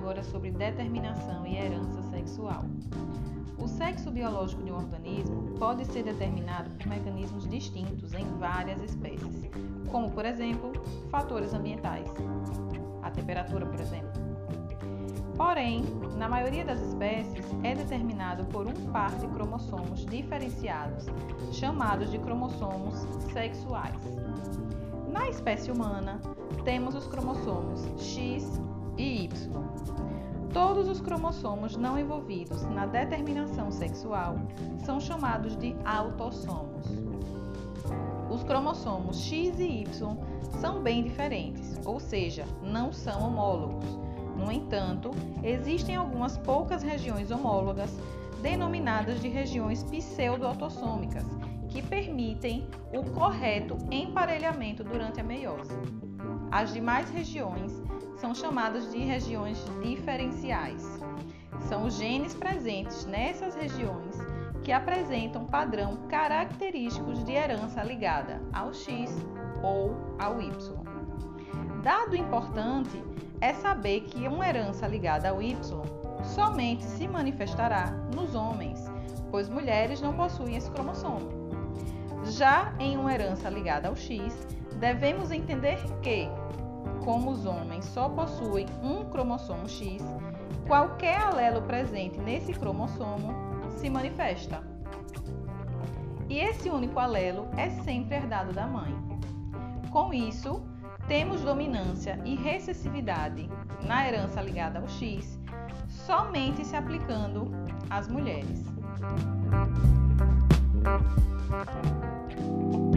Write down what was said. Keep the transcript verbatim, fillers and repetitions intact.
agora sobre determinação e herança sexual. O sexo biológico de um organismo pode ser determinado por mecanismos distintos em várias espécies, como, por exemplo, fatores ambientais, a temperatura, por exemplo. Porém, na maioria das espécies, é determinado por um par de cromossomos diferenciados, chamados de cromossomos sexuais. Na espécie humana, temos os cromossomos X e Y. Todos os cromossomos não envolvidos na determinação sexual são chamados de autossomos. Os cromossomos X e Y são bem diferentes, ou seja, não são homólogos. No entanto, existem algumas poucas regiões homólogas, denominadas de regiões pseudo-autossômicas, que permitem o correto emparelhamento durante a meiose. As demais regiões são chamadas de regiões diferenciais. São os genes presentes nessas regiões que apresentam padrão característicos de herança ligada ao X ou ao Y. Dado importante é saber que uma herança ligada ao Y somente se manifestará nos homens, pois mulheres não possuem esse cromossomo. Já em uma herança ligada ao X, devemos entender que, como os homens só possuem um cromossomo X, qualquer alelo presente nesse cromossomo se manifesta. E esse único alelo é sempre herdado da mãe. Com isso, temos dominância e recessividade na herança ligada ao X, somente se aplicando às mulheres.